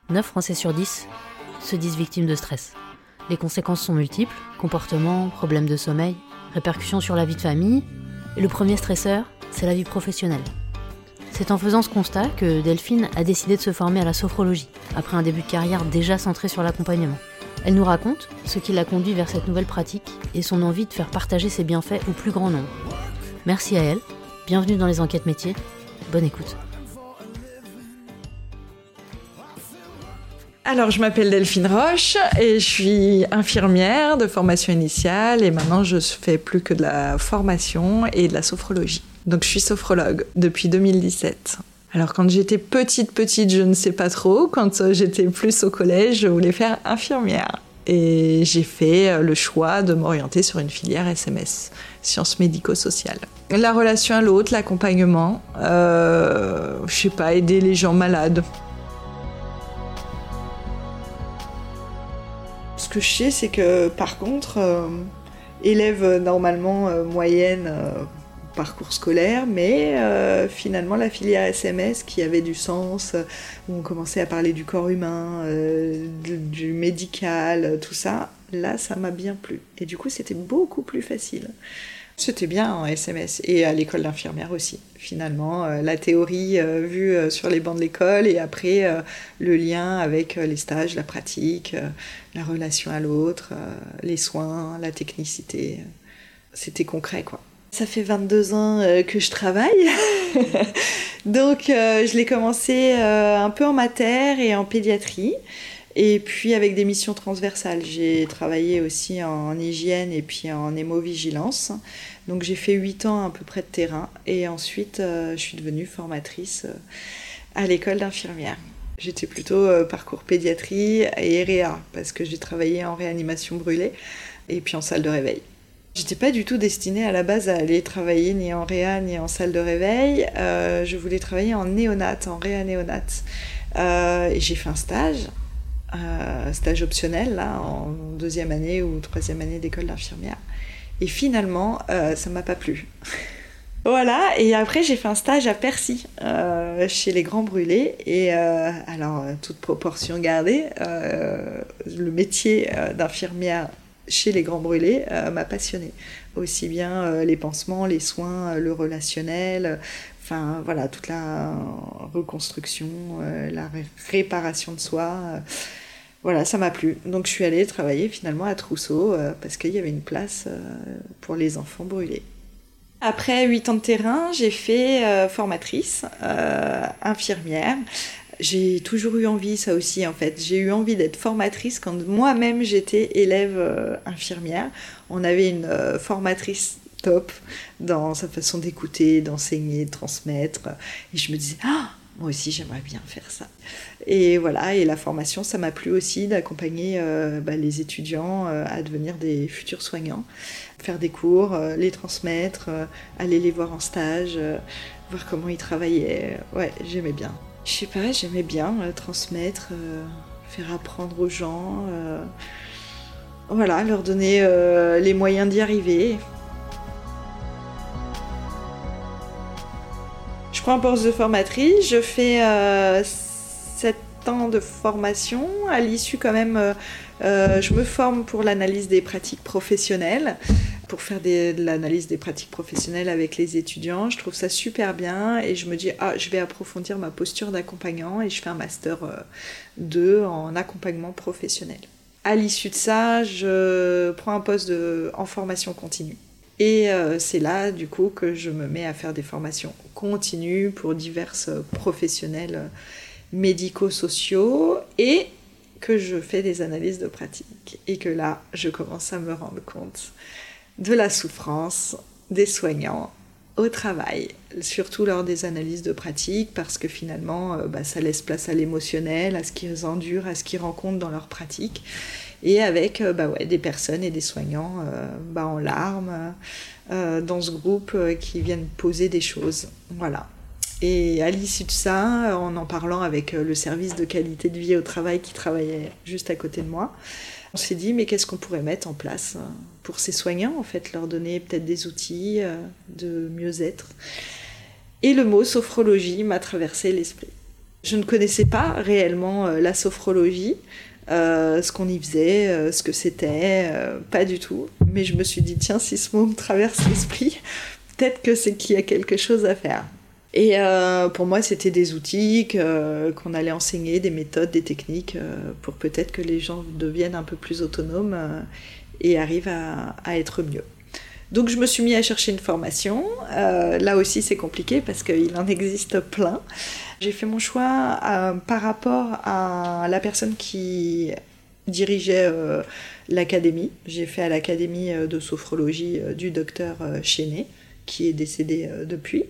9 Français sur 10 se disent victimes de stress. Les conséquences sont multiples, comportements, problèmes de sommeil, répercussions sur la vie de famille, et le premier stresseur, c'est la vie professionnelle. C'est en faisant ce constat que Delphine a décidé de se former à la sophrologie, après un début de carrière déjà centré sur l'accompagnement. Elle nous raconte ce qui l'a conduit vers cette nouvelle pratique et son envie de faire partager ses bienfaits au plus grand nombre. Merci à elle, bienvenue dans les enquêtes métiers, bonne écoute. Alors, je m'appelle Delphine Roche et je suis infirmière de formation initiale et maintenant je fais plus que de la formation et de la sophrologie. Donc, je suis sophrologue depuis 2017. Alors, quand j'étais petite, je ne sais pas trop. Quand j'étais plus au collège, je voulais faire infirmière. Et j'ai fait le choix de m'orienter sur une filière SMS, sciences médico-sociales. La relation à l'autre, l'accompagnement, aider les gens malades. Ce que je sais, c'est que par contre, élève normalement moyenne parcours scolaire, mais finalement la filière SMS qui avait du sens, où on commençait à parler du corps humain, du médical, tout ça, là ça m'a bien plu. Et du coup c'était beaucoup plus facile. C'était bien en SMS et à l'école d'infirmière aussi. Finalement, la théorie vue sur les bancs de l'école et après le lien avec les stages, la pratique, la relation à l'autre, les soins, la technicité. C'était concret, quoi. Ça fait 22 ans que je travaille. Donc, je l'ai commencé un peu en mater et en pédiatrie. Et puis avec des missions transversales, j'ai travaillé aussi en hygiène et puis en hémovigilance. Donc j'ai fait 8 ans à peu près de terrain et ensuite je suis devenue formatrice à l'école d'infirmière. J'étais plutôt parcours pédiatrie et réa parce que j'ai travaillé en réanimation brûlée et puis en salle de réveil. J'étais pas du tout destinée à la base à aller travailler ni en réa ni en salle de réveil. Je voulais travailler en néonate, en réa néonate. Et j'ai fait un stage optionnel là, en 2e année ou 3e année d'école d'infirmière. Et finalement, ça m'a pas plu. Voilà, et après j'ai fait un stage à Percy, chez les Grands Brûlés. Et alors, toute proportion gardée, le métier d'infirmière chez les Grands Brûlés m'a passionnée. Aussi bien les pansements, les soins, le relationnel, enfin voilà, toute la reconstruction, la réparation de soi. Voilà, ça m'a plu. Donc je suis allée travailler finalement à Trousseau parce qu'il y avait une place pour les enfants brûlés. Après 8 ans de terrain, j'ai fait formatrice, infirmière. J'ai toujours eu envie, ça aussi en fait. J'ai eu envie d'être formatrice quand moi-même j'étais élève infirmière. On avait une formatrice top dans sa façon d'écouter, d'enseigner, de transmettre. Et je me disais, moi aussi j'aimerais bien faire ça. Et voilà, et la formation, ça m'a plu aussi d'accompagner les étudiants à devenir des futurs soignants. Faire des cours, les transmettre, aller les voir en stage, voir comment ils travaillaient. Ouais, j'aimais bien. Je sais pas, j'aimais bien transmettre, faire apprendre aux gens, voilà, leur donner les moyens d'y arriver. Je prends un poste de formatrice, je fais 7 ans de formation. À l'issue quand même, je me forme pour l'analyse des pratiques professionnelles, pour faire de l'analyse des pratiques professionnelles avec les étudiants. Je trouve ça super bien et je me dis, je vais approfondir ma posture d'accompagnant et je fais un master 2 en accompagnement professionnel. À l'issue de ça, je prends un poste en formation continue. Et c'est là, du coup, que je me mets à faire des formations continues pour divers professionnels médico-sociaux et que je fais des analyses de pratique. Et que là, je commence à me rendre compte de la souffrance des soignants au travail, surtout lors des analyses de pratique, parce que finalement, ça laisse place à l'émotionnel, à ce qu'ils endurent, à ce qu'ils rencontrent dans leur pratique. Et avec des personnes et des soignants en larmes dans ce groupe qui viennent poser des choses. Voilà. Et à l'issue de ça, en parlant avec le service de qualité de vie au travail qui travaillait juste à côté de moi, on s'est dit, mais qu'est-ce qu'on pourrait mettre en place pour ces soignants, en fait, leur donner peut-être des outils de mieux-être. Et le mot sophrologie m'a traversé l'esprit. Je ne connaissais pas réellement la sophrologie, ce qu'on y faisait, ce que c'était, pas du tout. Mais je me suis dit, tiens, si ce mot me traverse l'esprit, peut-être que c'est qu'il y a quelque chose à faire. Et pour moi, c'était des outils qu'on allait enseigner, des méthodes, des techniques, pour peut-être que les gens deviennent un peu plus autonomes et arrivent à être mieux. Donc je me suis mis à chercher une formation. Là aussi, c'est compliqué parce qu'il en existe plein. J'ai fait mon choix par rapport à la personne qui dirigeait l'académie. J'ai fait à l'académie de sophrologie du docteur Chenet, qui est décédé depuis.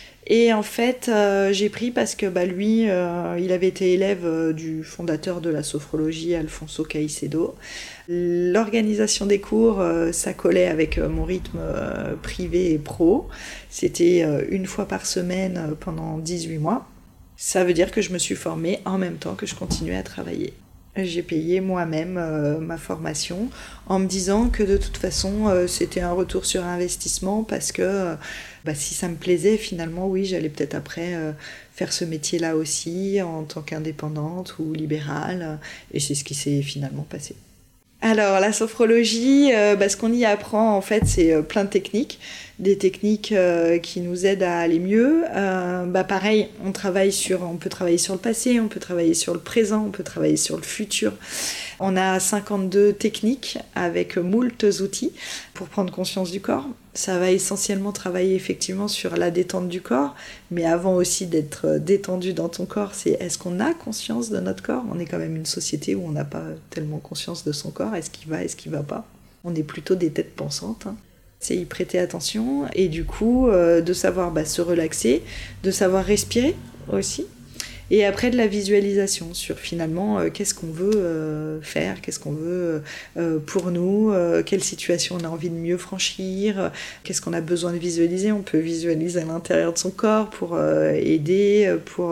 Et en fait, j'ai pris parce que lui, il avait été élève du fondateur de la sophrologie, Alfonso Caicedo. L'organisation des cours, ça collait avec mon rythme privé et pro. C'était une fois par semaine pendant 18 mois. Ça veut dire que je me suis formée en même temps que je continuais à travailler. J'ai payé moi-même ma formation en me disant que de toute façon c'était un retour sur investissement parce que si ça me plaisait finalement oui j'allais peut-être après faire ce métier-là aussi en tant qu'indépendante ou libérale et c'est ce qui s'est finalement passé. Alors la sophrologie, ce qu'on y apprend en fait c'est plein de techniques, des techniques qui nous aident à aller mieux. Pareil, on peut travailler sur le passé, on peut travailler sur le présent, on peut travailler sur le futur. On a 52 techniques avec moult outils pour prendre conscience du corps. Ça va essentiellement travailler effectivement sur la détente du corps, mais avant aussi d'être détendu dans ton corps, c'est est-ce qu'on a conscience de notre corps ? On est quand même une société où on n'a pas tellement conscience de son corps, est-ce qu'il va pas ? On est plutôt des têtes pensantes. C'est y prêter attention et du coup de savoir se relaxer, de savoir respirer aussi. Et après de la visualisation sur finalement qu'est-ce qu'on veut faire, qu'est-ce qu'on veut pour nous, quelle situation on a envie de mieux franchir, qu'est-ce qu'on a besoin de visualiser. On peut visualiser à l'intérieur de son corps pour aider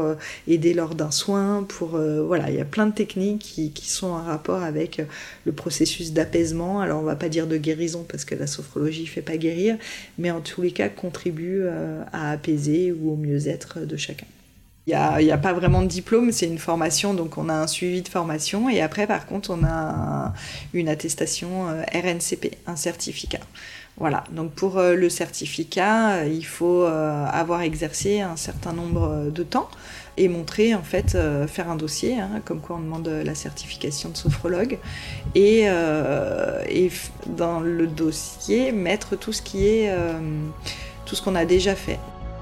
lors d'un soin. Il y a plein de techniques qui sont en rapport avec le processus d'apaisement. Alors on va pas dire de guérison parce que la sophrologie ne fait pas guérir, mais en tous les cas contribue à apaiser ou au mieux-être de chacun. Il n'y a pas vraiment de diplôme, c'est une formation, donc on a un suivi de formation. Et après, par contre, on a une attestation RNCP, un certificat. Voilà, donc pour le certificat, il faut avoir exercé un certain nombre de temps et montrer, en fait, faire un dossier, comme quoi on demande la certification de sophrologue. Et dans le dossier, mettre tout ce qu'on a déjà fait.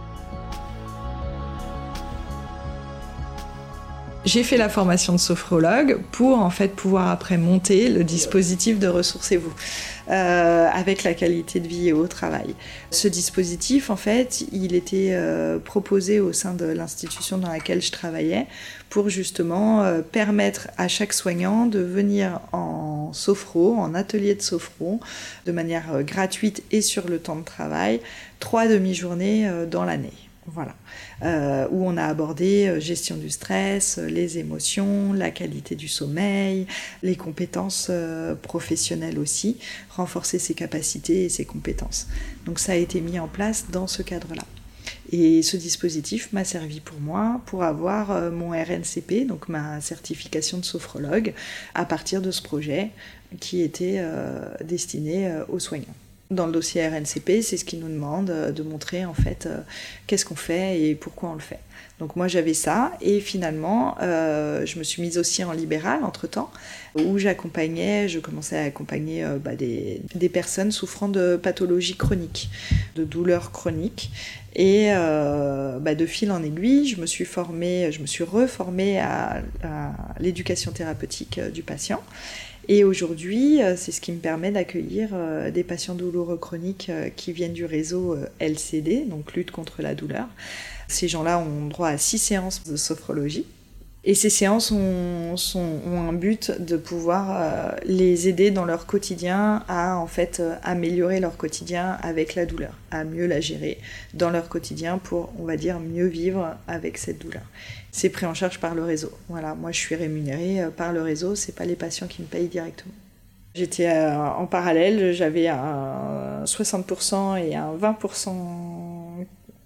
J'ai fait la formation de sophrologue pour en fait pouvoir après monter le dispositif de Ressourcez-vous avec la qualité de vie et au travail. Ce dispositif en fait il était proposé au sein de l'institution dans laquelle je travaillais pour justement permettre à chaque soignant de venir en sophro, en atelier de sophro de manière gratuite et sur le temps de travail 3 demi-journées dans l'année. Voilà, où on a abordé gestion du stress, les émotions, la qualité du sommeil, les compétences professionnelles aussi, renforcer ses capacités et ses compétences. Donc ça a été mis en place dans ce cadre-là. Et ce dispositif m'a servi pour moi pour avoir mon RNCP, donc ma certification de sophrologue, à partir de ce projet qui était destiné aux soignants. Dans le dossier RNCP, c'est ce qui nous demande de montrer en fait qu'est-ce qu'on fait et pourquoi on le fait. Donc moi j'avais ça et finalement je me suis mise aussi en libéral entre-temps où je commençais à accompagner des personnes souffrant de pathologies chroniques, de douleurs chroniques. Et de fil en aiguille, je me suis reformée à l'éducation thérapeutique du patient. Et aujourd'hui, c'est ce qui me permet d'accueillir des patients douloureux chroniques qui viennent du réseau LCD, donc lutte contre la douleur. Ces gens-là ont droit à 6 séances de sophrologie. Et ces séances ont un but de pouvoir les aider dans leur quotidien à en fait améliorer leur quotidien avec la douleur, à mieux la gérer dans leur quotidien pour, on va dire, mieux vivre avec cette douleur. C'est pris en charge par le réseau. Voilà, moi je suis rémunérée par le réseau, c'est pas les patients qui me payent directement. J'étais en parallèle, j'avais un 60% et un 20%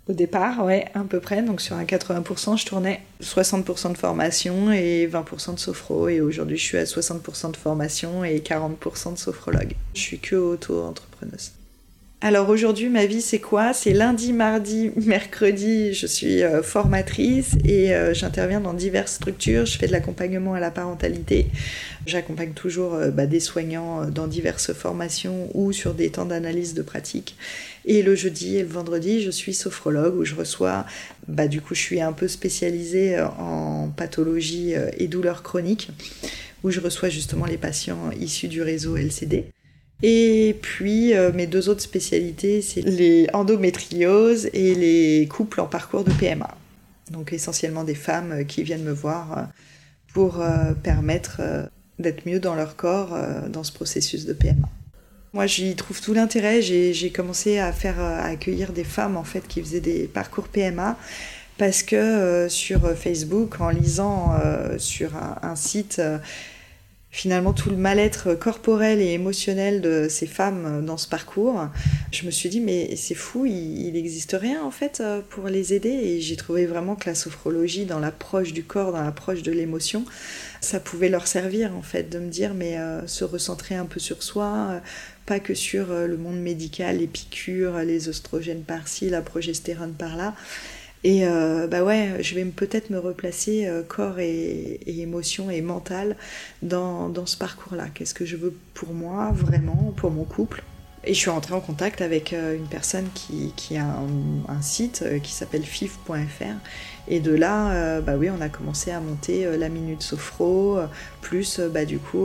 Au départ, ouais, à peu près. Donc sur un 80%, je tournais 60% de formation et 20% de sophro. Et aujourd'hui, je suis à 60% de formation et 40% de sophrologue. Je suis que auto-entrepreneuse. Alors aujourd'hui, ma vie, c'est quoi ? C'est lundi, mardi, mercredi, je suis formatrice et j'interviens dans diverses structures. Je fais de l'accompagnement à la parentalité. J'accompagne toujours des soignants dans diverses formations ou sur des temps d'analyse de pratique. Et le jeudi et le vendredi, je suis sophrologue où je reçois, du coup, je suis un peu spécialisée en pathologie et douleurs chroniques, où je reçois justement les patients issus du réseau LCD. Et puis mes deux autres spécialités, c'est les endométrioses et les couples en parcours de PMA. Donc essentiellement des femmes qui viennent me voir pour permettre d'être mieux dans leur corps dans ce processus de PMA. Moi, j'y trouve tout l'intérêt. J'ai commencé à accueillir des femmes en fait qui faisaient des parcours PMA parce que sur Facebook, en lisant sur un site. Finalement, tout le mal-être corporel et émotionnel de ces femmes dans ce parcours, je me suis dit, mais c'est fou, il n'existe rien en fait pour les aider. Et j'ai trouvé vraiment que la sophrologie, dans l'approche du corps, dans l'approche de l'émotion, ça pouvait leur servir en fait, de me dire, mais se recentrer un peu sur soi, pas que sur le monde médical, les piqûres, les oestrogènes par-ci, la progestérone par-là. Et je vais peut-être me replacer corps et émotion et mental dans ce parcours-là. Qu'est-ce que je veux pour moi, vraiment, pour mon couple ? Et je suis rentrée en contact avec une personne qui a un site qui s'appelle fif.fr. Et de là, on a commencé à monter la Minute Sophro, plus à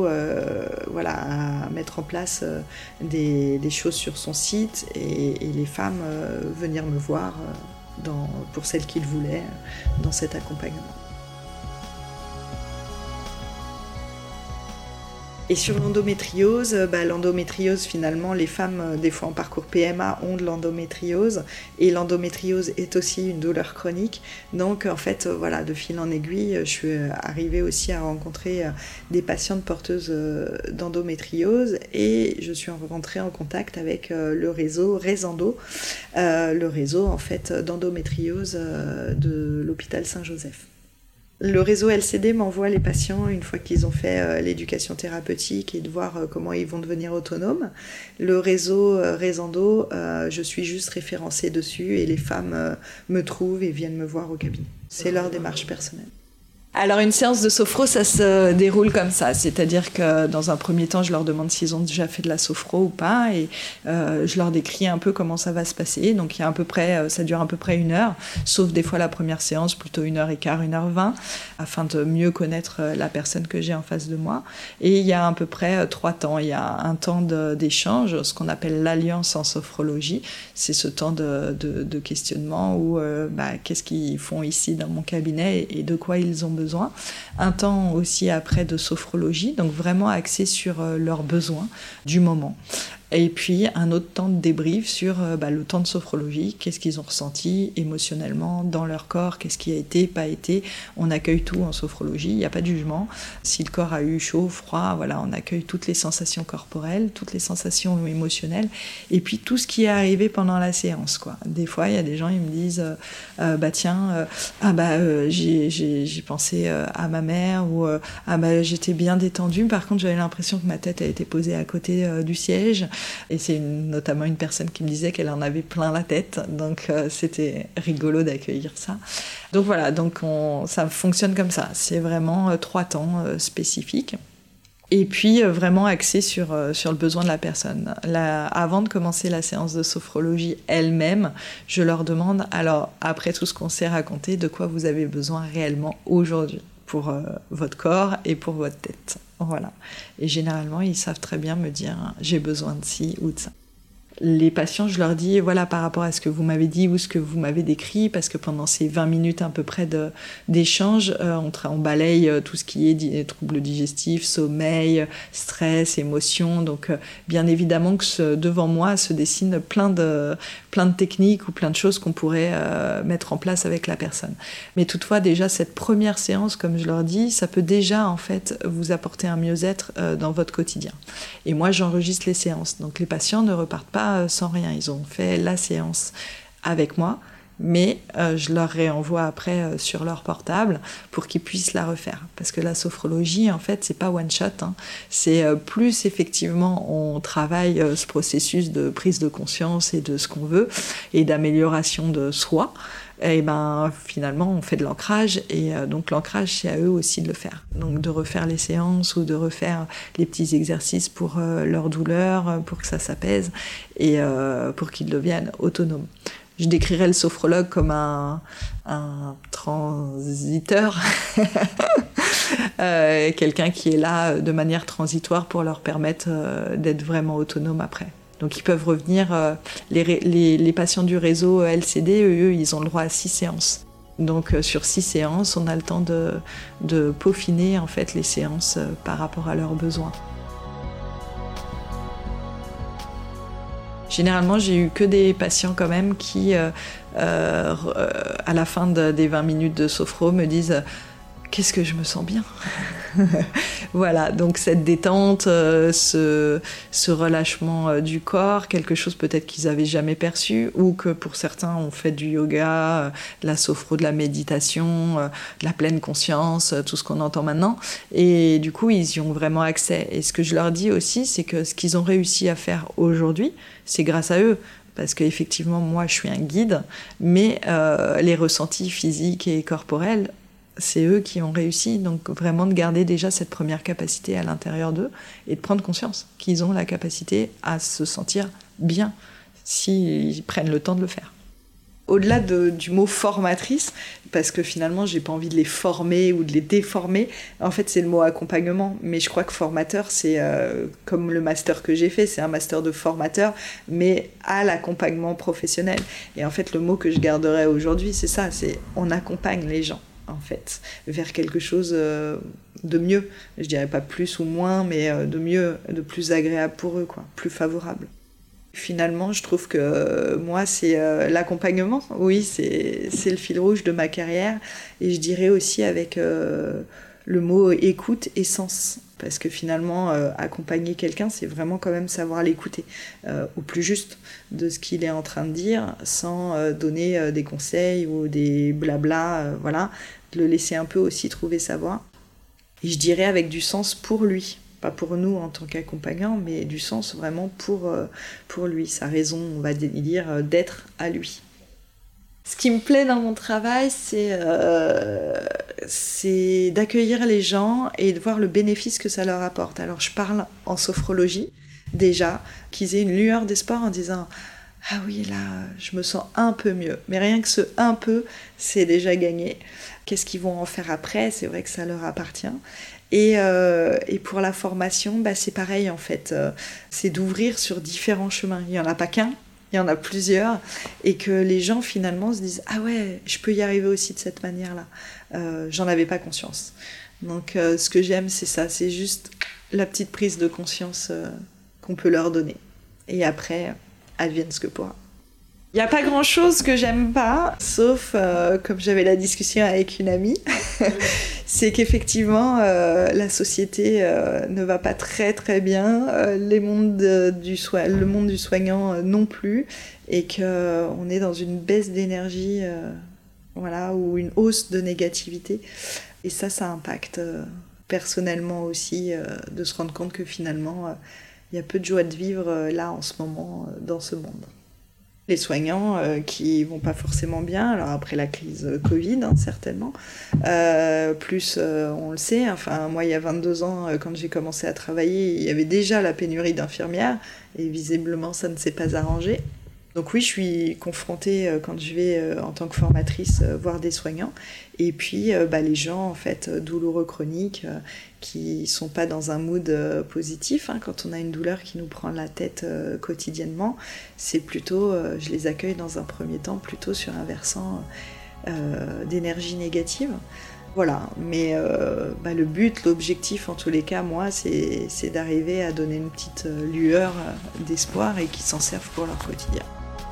mettre en place des choses sur son site et les femmes venir me voir pour celles qu'ils voulaient dans cet accompagnement. Et sur l'endométriose, l'endométriose finalement, les femmes des fois en parcours PMA ont de l'endométriose et l'endométriose est aussi une douleur chronique. Donc en fait, de fil en aiguille, je suis arrivée aussi à rencontrer des patientes porteuses d'endométriose et je suis rentrée en contact avec le réseau Resendo, le réseau en fait d'endométriose de l'hôpital Saint-Joseph. Le réseau LCD m'envoie les patients une fois qu'ils ont fait l'éducation thérapeutique et de voir comment ils vont devenir autonomes. Le réseau Resendo, je suis juste référencée dessus et les femmes me trouvent et viennent me voir au cabinet. C'est leur démarche personnelle. Alors une séance de sophro, ça se déroule comme ça, c'est-à-dire que dans un premier temps, je leur demande s'ils ont déjà fait de la sophro ou pas, et je leur décris un peu comment ça va se passer. Donc ça dure à peu près 1 heure, sauf des fois la première séance, plutôt 1h15, 1h20, afin de mieux connaître la personne que j'ai en face de moi. Et il y a à peu près 3 temps. Il y a un temps d'échange, ce qu'on appelle l'alliance en sophrologie. C'est ce temps de questionnement où qu'est-ce qu'ils font ici dans mon cabinet et de quoi ils ont besoin. Un temps aussi après de sophrologie, donc vraiment axé sur leurs besoins du moment. Et puis un autre temps de débrief sur le temps de sophrologie, qu'est-ce qu'ils ont ressenti émotionnellement dans leur corps, qu'est-ce qui a été, pas été. On accueille tout en sophrologie, il n'y a pas de jugement. Si le corps a eu chaud, froid, on accueille toutes les sensations corporelles, toutes les sensations émotionnelles, et puis tout ce qui est arrivé pendant la séance, quoi. Des fois, il y a des gens, ils me disent j'ai pensé à ma mère, ou j'étais bien détendue, par contre j'avais l'impression que ma tête a été posée à côté du siège. Et c'est notamment une personne qui me disait qu'elle en avait plein la tête, donc c'était rigolo d'accueillir ça. Donc voilà, ça fonctionne comme ça, c'est vraiment 3 temps spécifiques. Et puis vraiment axé sur le besoin de la personne. Avant de commencer la séance de sophrologie elle-même, je leur demande, alors après tout ce qu'on s'est raconté, de quoi vous avez besoin réellement aujourd'hui pour votre corps et pour votre tête. Voilà. Et généralement, ils savent très bien me dire « j'ai besoin de ci ou de ça ». Les patients, je leur dis, par rapport à ce que vous m'avez dit ou ce que vous m'avez décrit, parce que pendant ces 20 minutes à peu près d'échange, on balaye tout ce qui est troubles digestifs, sommeil, stress, émotions. Donc, bien évidemment que devant moi se dessinent plein de techniques ou plein de choses qu'on pourrait mettre en place avec la personne. Mais toutefois, déjà, cette première séance, comme je leur dis, ça peut déjà, en fait, vous apporter un mieux-être dans votre quotidien. Et moi, j'enregistre les séances. Donc, les patients ne repartent pas sans rien. Ils ont fait la séance avec moi mais je leur réenvoie après sur leur portable pour qu'ils puissent la refaire. Parce que la sophrologie, en fait, c'est pas one shot, hein. C'est plus effectivement on travaille ce processus de prise de conscience et de ce qu'on veut et d'amélioration de soi. Et ben finalement on fait de l'ancrage et donc l'ancrage c'est à eux aussi de le faire, donc de refaire les séances ou de refaire les petits exercices pour leur douleur, pour que ça s'apaise et pour qu'ils deviennent autonomes. Je décrirais le sophrologue comme un transiteur, quelqu'un qui est là de manière transitoire pour leur permettre d'être vraiment autonomes après. Donc ils peuvent revenir, les patients du réseau LCD, eux, ils ont le droit à 6 séances. Donc sur 6 séances, on a le temps de peaufiner en fait, les séances par rapport à leurs besoins. Généralement, j'ai eu que des patients quand même qui, à la fin des 20 minutes de sophro, me disent « Qu'est-ce que je me sens bien ?» Voilà, donc cette détente, ce relâchement du corps, quelque chose peut-être qu'ils n'avaient jamais perçu, ou que pour certains ont fait du yoga, de la sophro, de la méditation, de la pleine conscience, tout ce qu'on entend maintenant. Et du coup, ils y ont vraiment accès. Et ce que je leur dis aussi, c'est que ce qu'ils ont réussi à faire aujourd'hui, c'est grâce à eux. Parce qu'effectivement, moi, je suis un guide, mais les ressentis physiques et corporels, c'est eux qui ont réussi, donc vraiment de garder déjà cette première capacité à l'intérieur d'eux et de prendre conscience qu'ils ont la capacité à se sentir bien s'ils prennent le temps de le faire. Au-delà du mot formatrice, parce que finalement j'ai pas envie de les former ou de les déformer, en fait c'est le mot accompagnement, mais je crois que formateur c'est comme le master que j'ai fait, c'est un master de formateur, mais à l'accompagnement professionnel. Et en fait le mot que je garderai aujourd'hui c'est ça, c'est on accompagne les gens. En fait, vers quelque chose de mieux. Je dirais pas plus ou moins, mais de mieux, de plus agréable pour eux, quoi, plus favorable. Finalement, je trouve que moi, c'est l'accompagnement. Oui, c'est le fil rouge de ma carrière. Et je dirais aussi avec le mot écoute et sens. Parce que finalement, accompagner quelqu'un, c'est vraiment quand même savoir l'écouter au plus juste de ce qu'il est en train de dire, sans donner des conseils ou des blabla, voilà, de le laisser un peu aussi trouver sa voie. Et je dirais avec du sens pour lui, pas pour nous en tant qu'accompagnants, mais du sens vraiment pour lui, sa raison, on va dire, d'être à lui. Ce qui me plaît dans mon travail, c'est d'accueillir les gens et de voir le bénéfice que ça leur apporte. Alors je parle en sophrologie, déjà, qu'ils aient une lueur d'espoir en disant « Ah oui, là, je me sens un peu mieux ». Mais rien que ce « un peu », c'est déjà gagné. Qu'est-ce qu'ils vont en faire après ? C'est vrai que ça leur appartient. Et pour la formation, bah, c'est pareil en fait. C'est d'ouvrir sur différents chemins. Il n'y en a pas qu'un. Il y en a plusieurs, et que les gens finalement se disent « Ah ouais, je peux y arriver aussi de cette manière-là. J'en avais pas conscience. » Donc ce que j'aime, c'est ça, c'est juste la petite prise de conscience qu'on peut leur donner. Et après, advienne ce que pourra. Il n'y a pas grand-chose que j'aime pas, sauf, comme j'avais la discussion avec une amie, c'est qu'effectivement, la société ne va pas très très bien, le monde du soignant non plus, et qu'on est dans une baisse d'énergie, voilà, ou une hausse de négativité. Et ça impacte personnellement aussi, de se rendre compte que finalement, il y a peu de joie de vivre là en ce moment dans ce monde. Les soignants qui vont pas forcément bien, alors après la crise Covid, hein, certainement, plus on le sait, enfin moi il y a 22 ans, quand j'ai commencé à travailler, il y avait déjà la pénurie d'infirmières, et visiblement ça ne s'est pas arrangé. Donc oui, je suis confrontée quand je vais en tant que formatrice voir des soignants, et puis les gens en fait douloureux chroniques qui sont pas dans un mood positif, hein, quand on a une douleur qui nous prend la tête quotidiennement, c'est plutôt, je les accueille dans un premier temps plutôt sur un versant d'énergie négative. Voilà, mais le but, l'objectif en tous les cas, moi, c'est d'arriver à donner une petite lueur d'espoir et qu'ils s'en servent pour leur quotidien.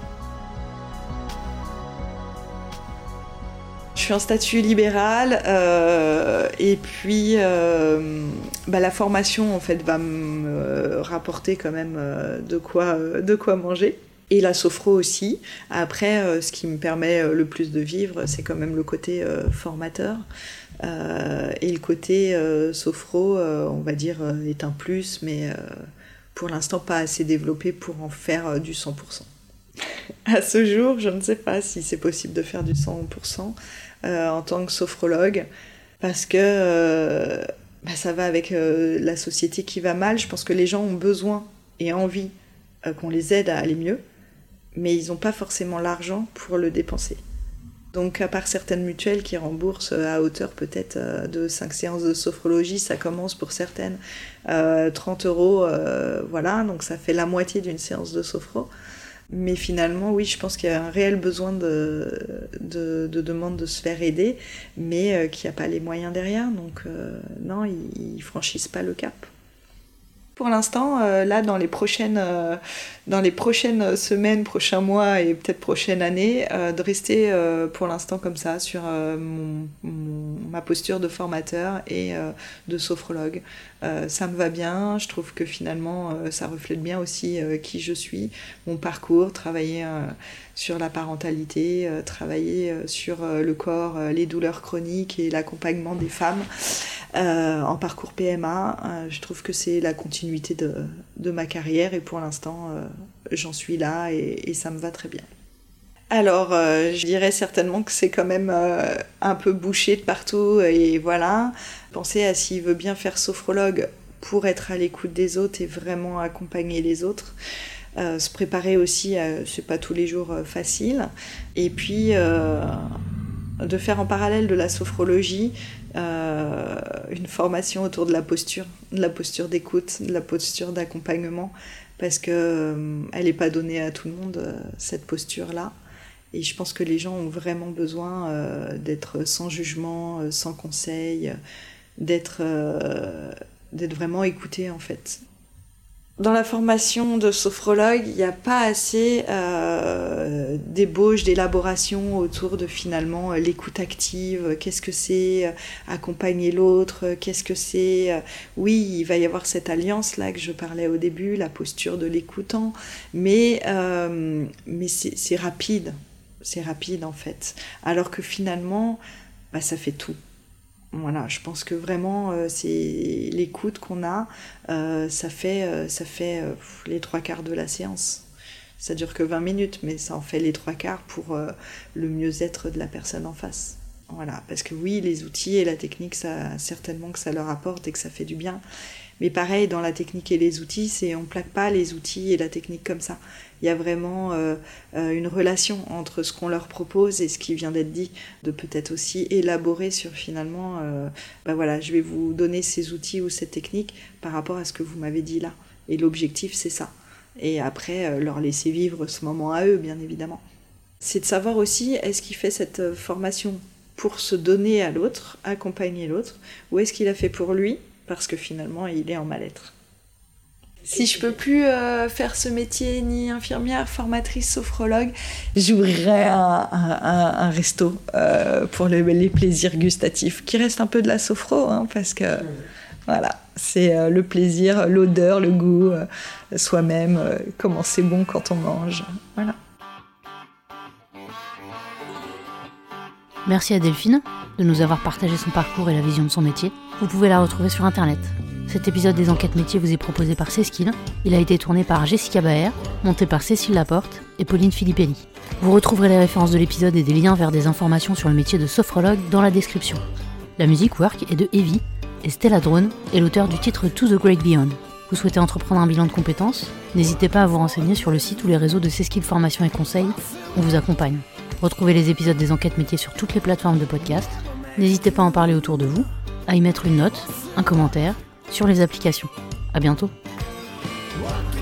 Je suis en statut libéral et puis la formation en fait va me rapporter quand même de quoi manger. Et la sophro aussi. Après, ce qui me permet le plus de vivre, c'est quand même le côté formateur. Et le côté sophro, on va dire, est un plus, mais pour l'instant pas assez développé pour en faire du 100%. À ce jour, je ne sais pas si c'est possible de faire du 100% en tant que sophrologue, parce que ça va avec la société qui va mal. Je pense que les gens ont besoin et envie qu'on les aide à aller mieux, mais ils n'ont pas forcément l'argent pour le dépenser. Donc à part certaines mutuelles qui remboursent à hauteur peut-être de 5 séances de sophrologie, ça commence pour certaines 30 €, voilà, donc ça fait la moitié d'une séance de sophro. Mais finalement, oui, je pense qu'il y a un réel besoin de demande de se faire aider, mais qu'il n'y a pas les moyens derrière, donc non, ils franchissent pas le cap. Pour l'instant, là, dans les prochaines semaines, prochains mois et peut-être prochaine année, de rester pour l'instant comme ça sur ma posture de formateur et de sophrologue. Ça me va bien, je trouve que finalement ça reflète bien aussi qui je suis, mon parcours, travailler sur la parentalité, travailler sur le corps, les douleurs chroniques et l'accompagnement des femmes. En parcours PMA, je trouve que c'est la continuité de ma carrière et pour l'instant j'en suis là et ça me va très bien. Alors je dirais certainement que c'est quand même un peu bouché de partout et voilà. Pensez à s'il veut bien faire sophrologue pour être à l'écoute des autres et vraiment accompagner les autres. Se préparer aussi, c'est pas tous les jours facile. Et puis de faire en parallèle de la sophrologie une formation autour de la posture d'écoute, de la posture d'accompagnement, parce que elle n'est pas donnée à tout le monde, cette posture-là. Et je pense que les gens ont vraiment besoin d'être sans jugement, sans conseil, d'être vraiment écoutés en fait. Dans la formation de sophrologue, il n'y a pas assez d'ébauche, d'élaboration autour de finalement l'écoute active. Qu'est-ce que c'est accompagner l'autre? Qu'est-ce que c'est oui, il va y avoir cette alliance-là que je parlais au début, la posture de l'écoutant, mais c'est rapide. C'est rapide en fait. Alors que finalement, ça fait tout. Voilà, je pense que vraiment, c'est l'écoute qu'on a, ça fait les 3/4 de la séance. Ça dure que 20 minutes, mais ça en fait les 3/4 pour le mieux-être de la personne en face. Voilà, parce que oui, les outils et la technique, ça, certainement que ça leur apporte et que ça fait du bien. Mais pareil, dans la technique et les outils, on ne plaque pas les outils et la technique comme ça. Il y a vraiment une relation entre ce qu'on leur propose et ce qui vient d'être dit, de peut-être aussi élaborer sur finalement, voilà, je vais vous donner ces outils ou cette technique par rapport à ce que vous m'avez dit là. Et l'objectif, c'est ça. Et après, leur laisser vivre ce moment à eux, bien évidemment. C'est de savoir aussi, est-ce qu'il fait cette formation pour se donner à l'autre, accompagner l'autre, ou est-ce qu'il a fait pour lui, parce que finalement, il est en mal-être. Si je peux plus faire ce métier, ni infirmière, formatrice, sophrologue, j'ouvrirais un resto pour les plaisirs gustatifs, qui reste un peu de la sophro, hein, parce que voilà, c'est le plaisir, l'odeur, le goût, soi-même, comment c'est bon quand on mange, voilà. Merci à Delphine de nous avoir partagé son parcours et la vision de son métier. Vous pouvez la retrouver sur internet. Cet épisode des Enquêtes métiers vous est proposé par Céskill. Il a été tourné par Jessica Baer, monté par Cécile Laporte et Pauline Filippelli. Vous retrouverez les références de l'épisode et des liens vers des informations sur le métier de sophrologue dans la description. La musique Work est de Evie et Stella Drone est l'auteur du titre To the Great Beyond. Vous souhaitez entreprendre un bilan de compétences? N'hésitez pas à vous renseigner sur le site ou les réseaux de Céskill Formation et Conseil. On vous accompagne. Retrouvez les épisodes des Enquêtes métiers sur toutes les plateformes de podcast. N'hésitez pas à en parler autour de vous, à y mettre une note, un commentaire, sur les applications. À bientôt.